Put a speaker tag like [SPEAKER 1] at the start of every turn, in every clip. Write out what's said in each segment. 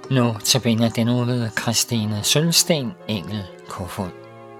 [SPEAKER 1] Nu tilbage den uge ved Christine Sølsten, Engel Kofod.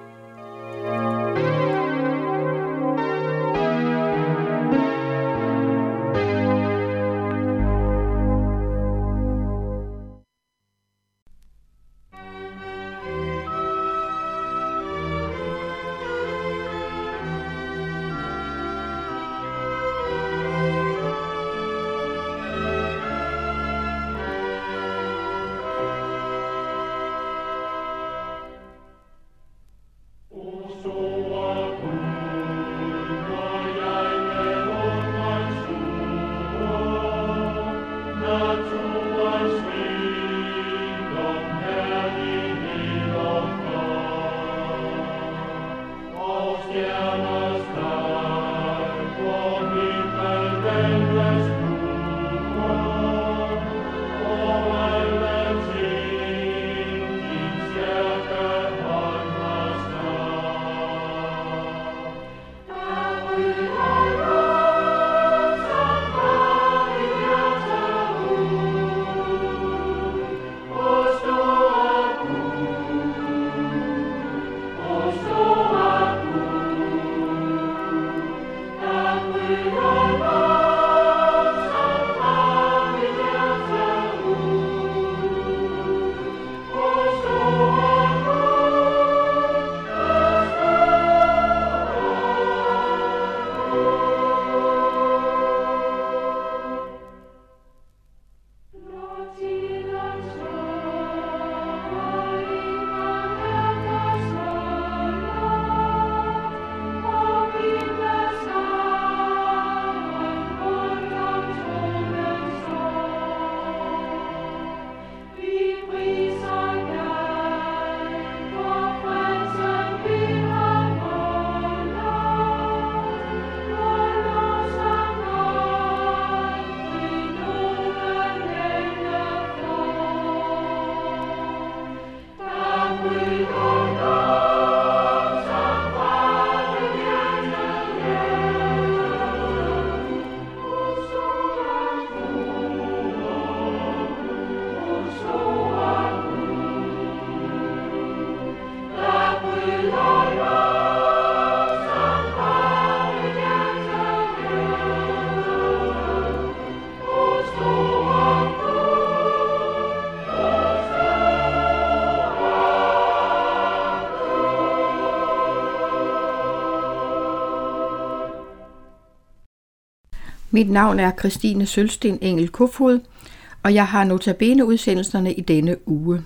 [SPEAKER 2] Mit navn er Christine Sølsten, Engel Kofod, og jeg har notabene-udsendelserne i denne uge.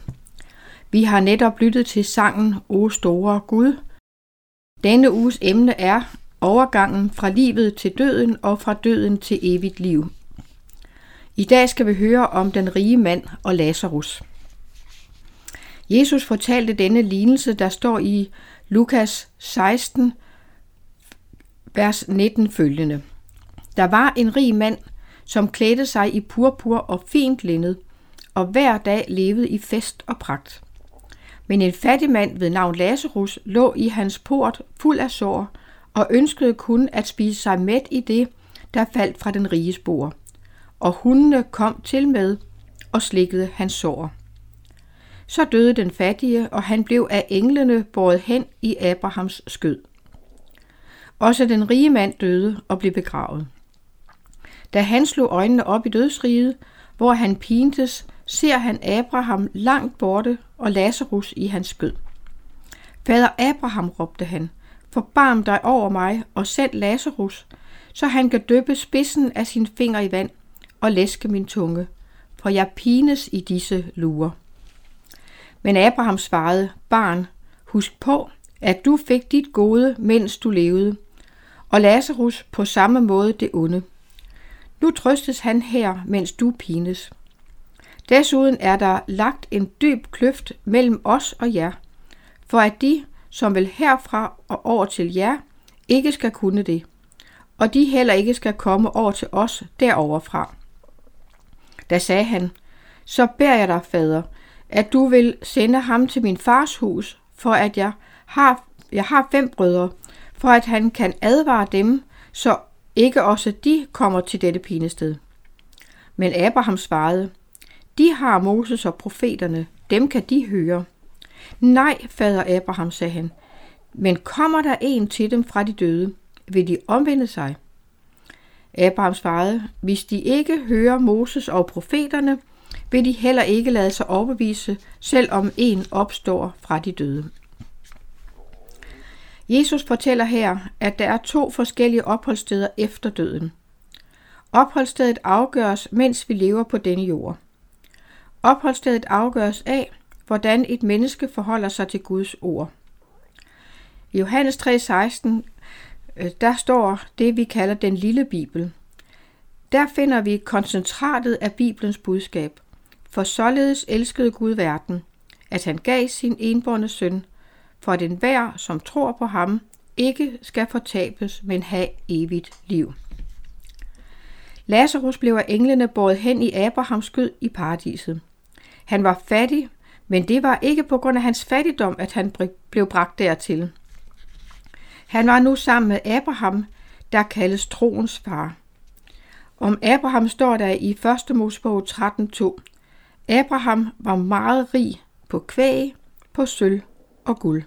[SPEAKER 2] Vi har netop lyttet til sangen O store Gud. Denne uges emne er overgangen fra livet til døden og fra døden til evigt liv. I dag skal vi høre om den rige mand og Lazarus. Jesus fortalte denne lignelse, der står i Lukas 16, vers 19 følgende. Der var en rig mand, som klædte sig i purpur og fint linned, og hver dag levede i fest og pragt. Men en fattig mand ved navn Lazarus lå i hans port fuld af sår, og ønskede kun at spise sig mæt i det, der faldt fra den riges bord. Og hundene kom til med og slikkede hans sår. Så døde den fattige, og han blev af englene båret hen i Abrahams skød. Også den rige mand døde og blev begravet. Da han slog øjnene op i dødsriget, hvor han pintes, ser han Abraham langt borte og Lazarus i hans skød. Fader Abraham, råbte han, forbarm dig over mig og send Lazarus, så han kan dyppe spidsen af sin finger i vand og læske min tunge, for jeg pines i disse lurer. Men Abraham svarede, barn, husk på, at du fik dit gode, mens du levede, og Lazarus på samme måde det onde. Nu trøstes han her, mens du pines. Desuden er der lagt en dyb kløft mellem os og jer, for at de, som vil herfra og over til jer, ikke skal kunne det, og de heller ikke skal komme over til os deroverfra. Da sagde han, så beder jeg dig, fader, at du vil sende ham til min fars hus, for at jeg har 5 brødre, for at han kan advare dem, så ikke også de kommer til dette pinested. Men Abraham svarede, De har Moses og profeterne, dem kan de høre. Nej, fader Abraham, sagde han, men kommer der en til dem fra de døde, vil de omvende sig? Abraham svarede, hvis de ikke hører Moses og profeterne, vil de heller ikke lade sig overbevise, selvom en opstår fra de døde. Jesus fortæller her, at der er 2 forskellige opholdssteder efter døden. Opholdsstedet afgøres, mens vi lever på denne jord. Opholdsstedet afgøres af, hvordan et menneske forholder sig til Guds ord. I Johannes 3:16, der står det, vi kalder den lille Bibel. Der finder vi koncentratet af Bibelens budskab. For således elskede Gud verden, at han gav sin enbårne søn, for at enhver, som tror på ham, ikke skal fortabes, men have evigt liv. Lazarus blev af englene båret hen i Abrahams skød i paradiset. Han var fattig, men det var ikke på grund af hans fattigdom, at han blev bragt dertil. Han var nu sammen med Abraham, der kaldes troens far. Om Abraham står der i 1. Mosebog 13:2. Abraham var meget rig på kvæg, på sølv og guld.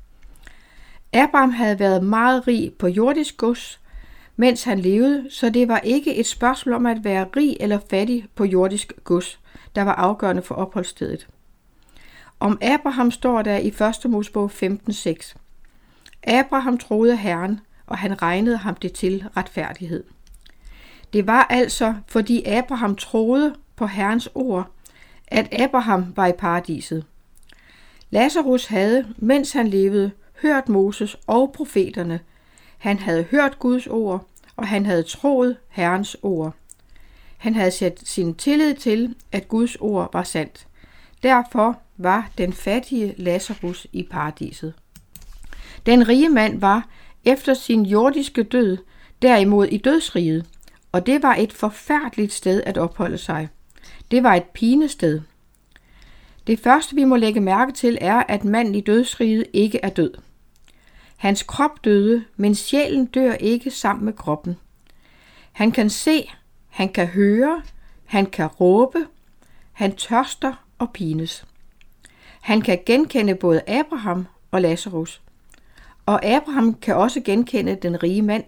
[SPEAKER 2] Abraham havde været meget rig på jordisk gods, mens han levede, så det var ikke et spørgsmål om at være rig eller fattig på jordisk gods, der var afgørende for opholdsstedet. Om Abraham står der i 1. Mosebog 15:6. Abraham troede Herren, og han regnede ham det til retfærdighed. Det var altså, fordi Abraham troede på Herrens ord, at Abraham var i paradiset. Lazarus havde, mens han levede, hørt Moses og profeterne. Han havde hørt Guds ord, og han havde troet Herrens ord. Han havde sat sin tillid til, at Guds ord var sandt. Derfor var den fattige Lazarus i paradiset. Den rige mand var efter sin jordiske død derimod i dødsriget, og det var et forfærdeligt sted at opholde sig. Det var et pinested. Det første, vi må lægge mærke til, er, at manden i dødsriget ikke er død. Hans krop døde, men sjælen dør ikke sammen med kroppen. Han kan se, han kan høre, han kan råbe, han tørster og pines. Han kan genkende både Abraham og Lazarus, og Abraham kan også genkende den rige mand.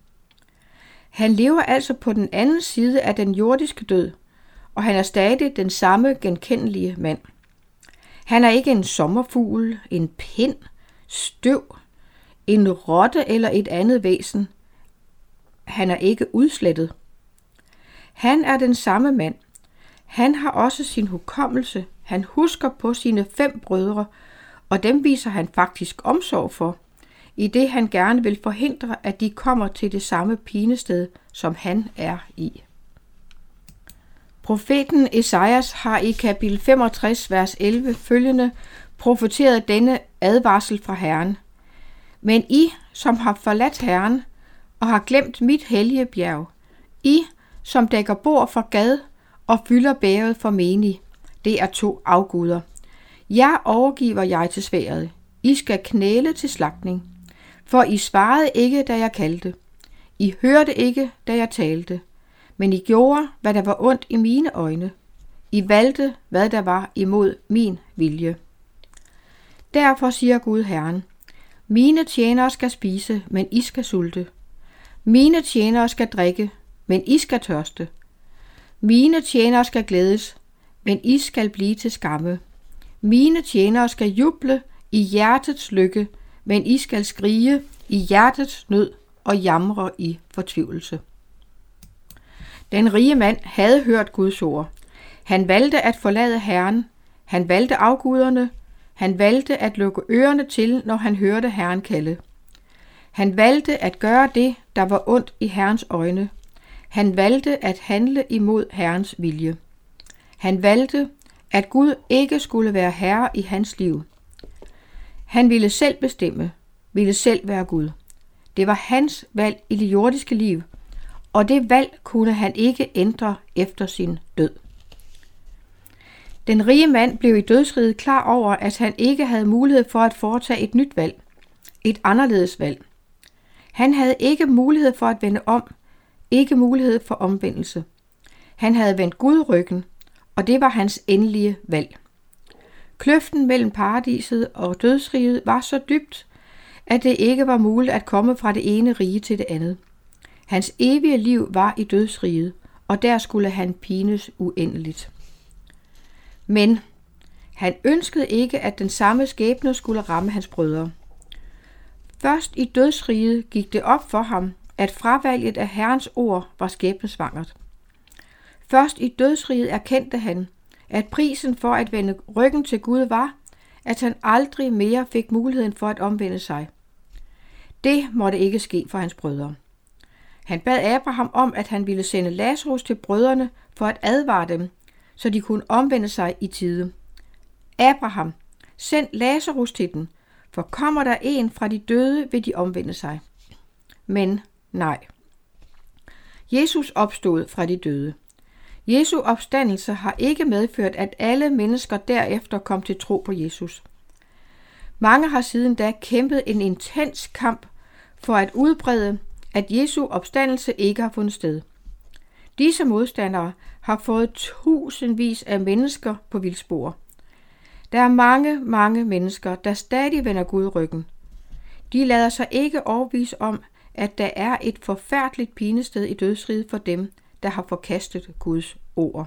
[SPEAKER 2] Han lever altså på den anden side af den jordiske død, og han er stadig den samme genkendelige mand. Han er ikke en sommerfugl, en pind, støv, en rotte eller et andet væsen. Han er ikke udslettet. Han er den samme mand. Han har også sin hukommelse. Han husker på sine 5 brødre, og dem viser han faktisk omsorg for, i det han gerne vil forhindre, at de kommer til det samme pinested, som han er i. Profeten Esajas har i kapitel 65, vers 11 følgende profeteret denne advarsel fra Herren. Men I, som har forladt Herren og har glemt mit hellige bjerg, I, som dækker bord for gad og fylder bæret for menig, det er 2 afguder. Jeg overgiver jeg til sværdet. I skal knæle til slagtning. For I svarede ikke, da jeg kaldte. I hørte ikke, da jeg talte. Men I gjorde, hvad der var ondt i mine øjne. I valgte, hvad der var imod min vilje. Derfor siger Gud Herren, mine tjenere skal spise, men I skal sulte. Mine tjenere skal drikke, men I skal tørste. Mine tjenere skal glædes, men I skal blive til skamme. Mine tjenere skal juble i hjertets lykke, men I skal skrige i hjertets nød og jamre i fortvivlelse. Den rige mand havde hørt Guds ord. Han valgte at forlade Herren. Han valgte afguderne. Han valgte at lukke ørerne til, når han hørte Herren kalde. Han valgte at gøre det, der var ondt i Herrens øjne. Han valgte at handle imod Herrens vilje. Han valgte, at Gud ikke skulle være herre i hans liv. Han ville selv bestemme, ville selv være Gud. Det var hans valg i det jordiske liv, og det valg kunne han ikke ændre efter sin død. Den rige mand blev i dødsriget klar over, at han ikke havde mulighed for at foretage et nyt valg, et anderledes valg. Han havde ikke mulighed for at vende om, ikke mulighed for omvendelse. Han havde vendt Gud ryggen, og det var hans endelige valg. Kløften mellem paradiset og dødsriget var så dybt, at det ikke var muligt at komme fra det ene rige til det andet. Hans evige liv var i dødsriget, og der skulle han pines uendeligt. Men han ønskede ikke, at den samme skæbne skulle ramme hans brødre. Først i dødsriget gik det op for ham, at fravalget af Herrens ord var skæbnesvangert. Først i dødsriget erkendte han, at prisen for at vende ryggen til Gud var, at han aldrig mere fik muligheden for at omvende sig. Det måtte ikke ske for hans brødre. Han bad Abraham om, at han ville sende Lazarus til brødrene for at advare dem, så de kunne omvende sig i tide. Abraham, send Lazarus til dem, for kommer der en fra de døde, vil de omvende sig. Men nej. Jesus opstod fra de døde. Jesu opstandelse har ikke medført, at alle mennesker derefter kom til tro på Jesus. Mange har siden da kæmpet en intens kamp for at udbrede, at Jesu opstandelse ikke har fundet sted. Disse modstandere har fået tusindvis af mennesker på vildspor. Der er mange mennesker, der stadig vender Gud ryggen. De lader sig ikke overbevise om, at der er et forfærdeligt pinested i dødsriget for dem, der har forkastet Guds ord.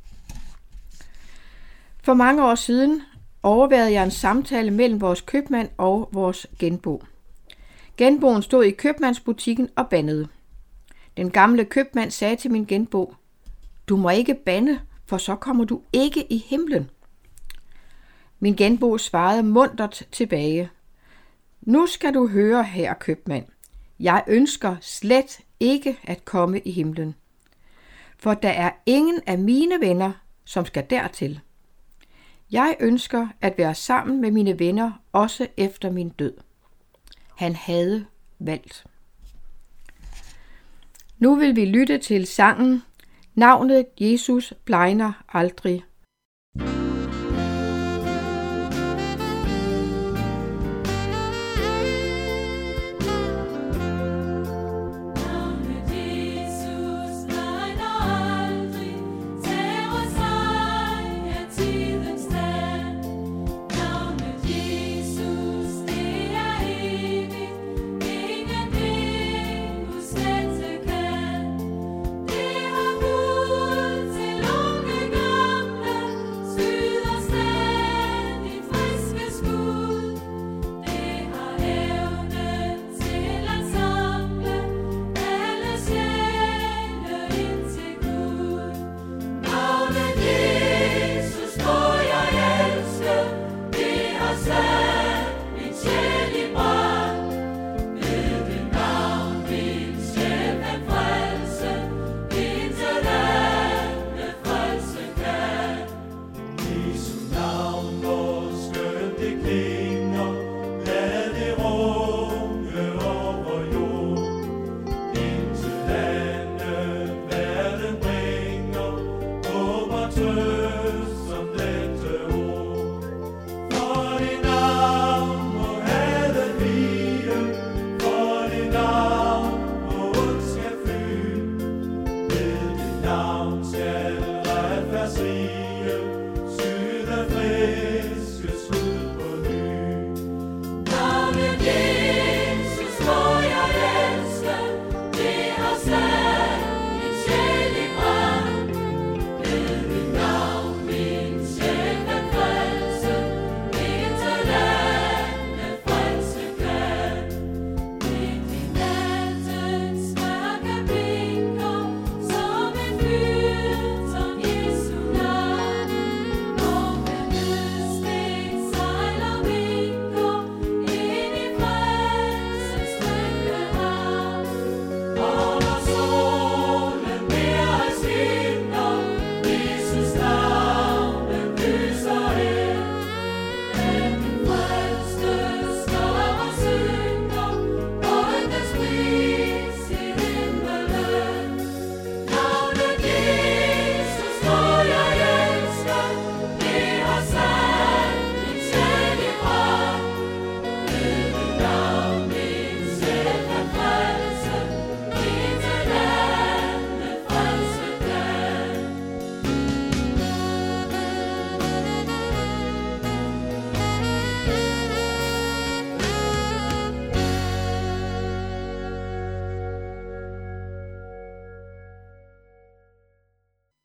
[SPEAKER 2] For mange år siden overværede jeg en samtale mellem vores købmand og vores genbo. Genboen stod i købmandsbutikken og bandede. Den gamle købmand sagde til min genbo, du må ikke bande, for så kommer du ikke i himlen. Min genbo svarede muntert tilbage, nu skal du høre, herre købmand, jeg ønsker slet ikke at komme i himlen. For der er ingen af mine venner, som skal dertil. Jeg ønsker at være sammen med mine venner, også efter min død. Han havde valgt. Nu vil vi lytte til sangen, navnet Jesus blegner aldrig